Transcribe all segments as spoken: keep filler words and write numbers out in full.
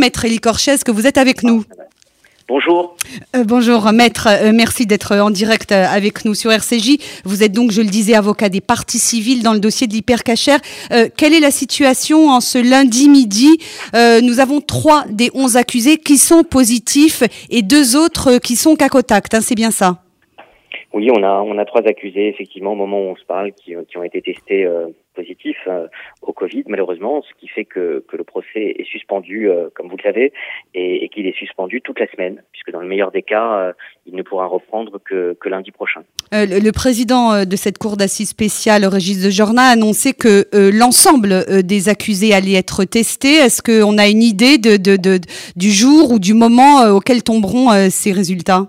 Maître Élie Corchet, est-ce que vous êtes avec nous? Bonjour. Euh, bonjour Maître, euh, merci d'être en direct avec nous sur R C J. Vous êtes donc, je le disais, avocat des parties civiles dans le dossier de l'hypercacher. Euh, quelle est la situation en ce lundi midi? euh, Nous avons trois des onze accusés qui sont positifs et deux autres qui sont cas contact, hein, c'est bien ça? Oui, on a on a trois accusés effectivement au moment où on se parle qui, qui ont été testés euh, positifs euh, au Covid malheureusement, ce qui fait que que le procès est suspendu euh, comme vous le savez et, et qu'il est suspendu toute la semaine puisque dans le meilleur des cas euh, il ne pourra reprendre que que lundi prochain. Euh, le, le président de cette cour d'assises spéciale, Régis de Jorna, a annoncé que euh, l'ensemble euh, des accusés allaient être testés. Est-ce qu'on a une idée de, de, de, du jour ou du moment euh, auquel tomberont euh, ces résultats?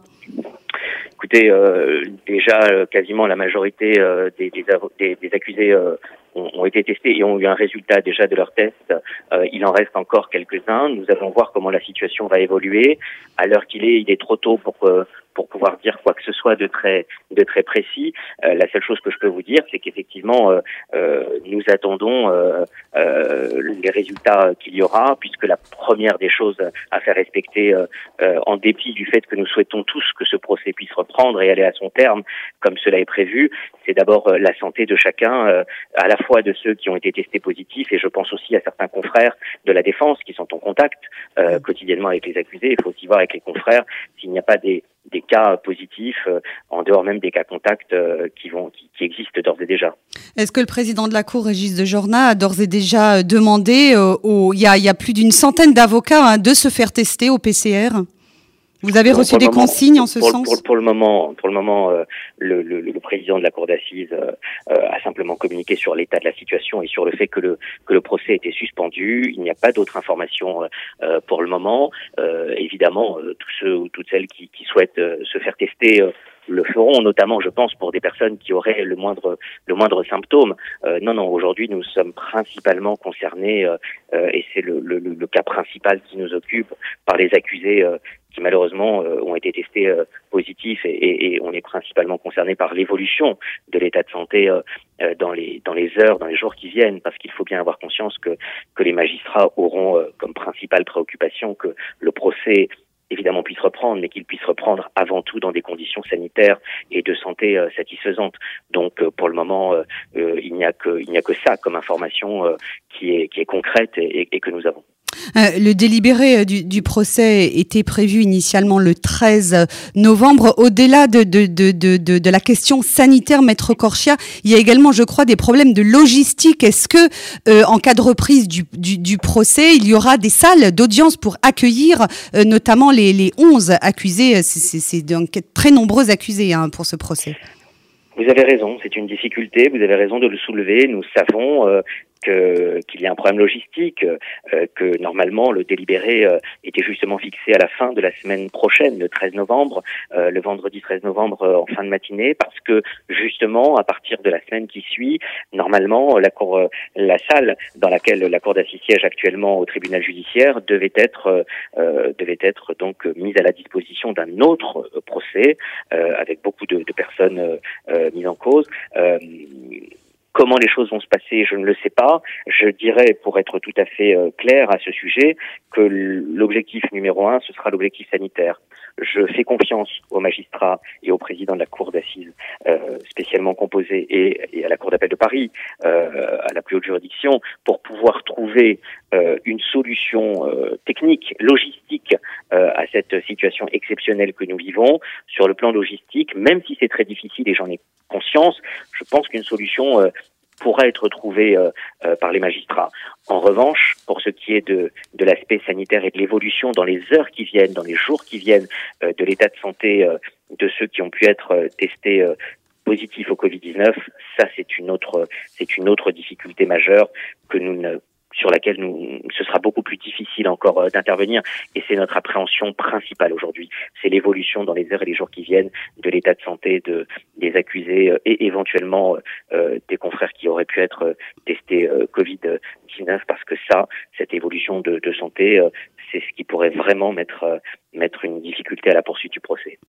Écoutez, euh, déjà euh, quasiment la majorité euh, des, des, des, des accusés euh, ont, ont été testés et ont eu un résultat déjà de leur test. Euh, il en reste encore quelques-uns. Nous allons voir comment la situation va évoluer. À l'heure qu'il est, il est trop tôt pour euh, pour pouvoir dire quoi que ce soit de très de très précis. Euh, la seule chose que je peux vous dire, c'est qu'effectivement, euh, euh, nous attendons euh, euh, les résultats qu'il y aura, puisque la première des choses à faire respecter, euh, euh, en dépit du fait que nous souhaitons tous que ce procès puisse reprendre et aller à son terme, comme cela est prévu, c'est d'abord euh, la santé de chacun, euh, à la fois de ceux qui ont été testés positifs, et je pense aussi à certains confrères de la défense qui sont en contact euh, quotidiennement avec les accusés. Il faut aussi voir avec les confrères s'il n'y a pas des des cas positifs, euh, en dehors même des cas contacts euh, qui vont qui, qui existent d'ores et déjà. Est-ce que le président de la Cour, Régis de Jorna, a d'ores et déjà demandé, euh, au, il, y a, il y a plus d'une centaine d'avocats, hein, de se faire tester au P C R? Vous avez Non, reçu des moment, consignes en ce pour, sens? pour, pour le moment, pour le moment, euh, le, le, le président de la Cour d'assises euh, euh, a simplement communiqué sur l'état de la situation et sur le fait que le que le procès était suspendu. Il n'y a pas d'autres informations euh, pour le moment. Euh, évidemment, euh, tous ceux ou toutes celles qui, qui souhaitent euh, se faire tester euh, le feront, notamment, je pense, pour des personnes qui auraient le moindre le moindre symptôme. Euh, non, non, aujourd'hui, nous sommes principalement concernés, euh, euh, et c'est le, le, le cas principal qui nous occupe, par les accusés euh, qui malheureusement euh, ont été testés euh, positifs, et, et, et on est principalement concerné par l'évolution de l'état de santé euh, euh, dans les dans les heures, dans les jours qui viennent, parce qu'il faut bien avoir conscience que que les magistrats auront euh, comme principale préoccupation que le procès évidemment puisse reprendre, mais qu'il puisse reprendre avant tout dans des conditions sanitaires et de santé euh, satisfaisantes. Donc euh, pour le moment, euh, euh, il n'y a que il n'y a que ça comme information euh, qui est qui est concrète et, et que nous avons. Euh, le délibéré du, du procès était prévu initialement le treize novembre. Au-delà de, de, de, de, de la question sanitaire, Maître Corchet, il y a également, je crois, des problèmes de logistique. Est-ce que, euh, en cas de reprise du, du, du procès, il y aura des salles d'audience pour accueillir euh, notamment les, les onze accusés? C'est, c'est donc très nombreux accusés, hein, pour ce procès. Vous avez raison, c'est une difficulté, vous avez raison de le soulever. Nous savons euh, que qu'il y a un problème logistique, euh, que normalement le délibéré euh, était justement fixé à la fin de la semaine prochaine, le treize novembre, euh, le vendredi treize novembre euh, en fin de matinée, parce que justement à partir de la semaine qui suit, normalement la cour, euh, la salle dans laquelle la cour d'assises siège actuellement au tribunal judiciaire devait être euh, devait être donc mise à la disposition d'un autre euh, procès euh, avec beaucoup de, de personnes euh, euh, mises en cause. Euh, Comment les choses vont se passer, je ne le sais pas. Je dirais, pour être tout à fait euh, clair à ce sujet, que l'objectif numéro un, ce sera l'objectif sanitaire. Je fais confiance aux magistrats et au président de la Cour d'assises euh, spécialement composée et, et à la Cour d'appel de Paris, euh, à la plus haute juridiction, pour pouvoir trouver euh, une solution euh, technique, logistique euh, à cette situation exceptionnelle que nous vivons. Sur le plan logistique, même si c'est très difficile et j'en ai conscience, je pense qu'une solution euh, pourra être trouvée euh, euh, par les magistrats. En revanche, pour ce qui est de, de l'aspect sanitaire et de l'évolution dans les heures qui viennent, dans les jours qui viennent, euh, de l'état de santé euh, de ceux qui ont pu être euh, testés euh, positifs au Covid dix-neuf, ça c'est une autre c'est une autre difficulté majeure que nous ne sur laquelle nous, ce sera beaucoup plus difficile encore euh, d'intervenir, et c'est notre appréhension principale aujourd'hui. C'est l'évolution dans les heures et les jours qui viennent de l'état de santé de, des accusés euh, et éventuellement euh, des confrères qui auraient pu être euh, testés euh, Covid dix-neuf, parce que ça, cette évolution de, de santé, euh, c'est ce qui pourrait vraiment mettre, euh, mettre une difficulté à la poursuite du procès.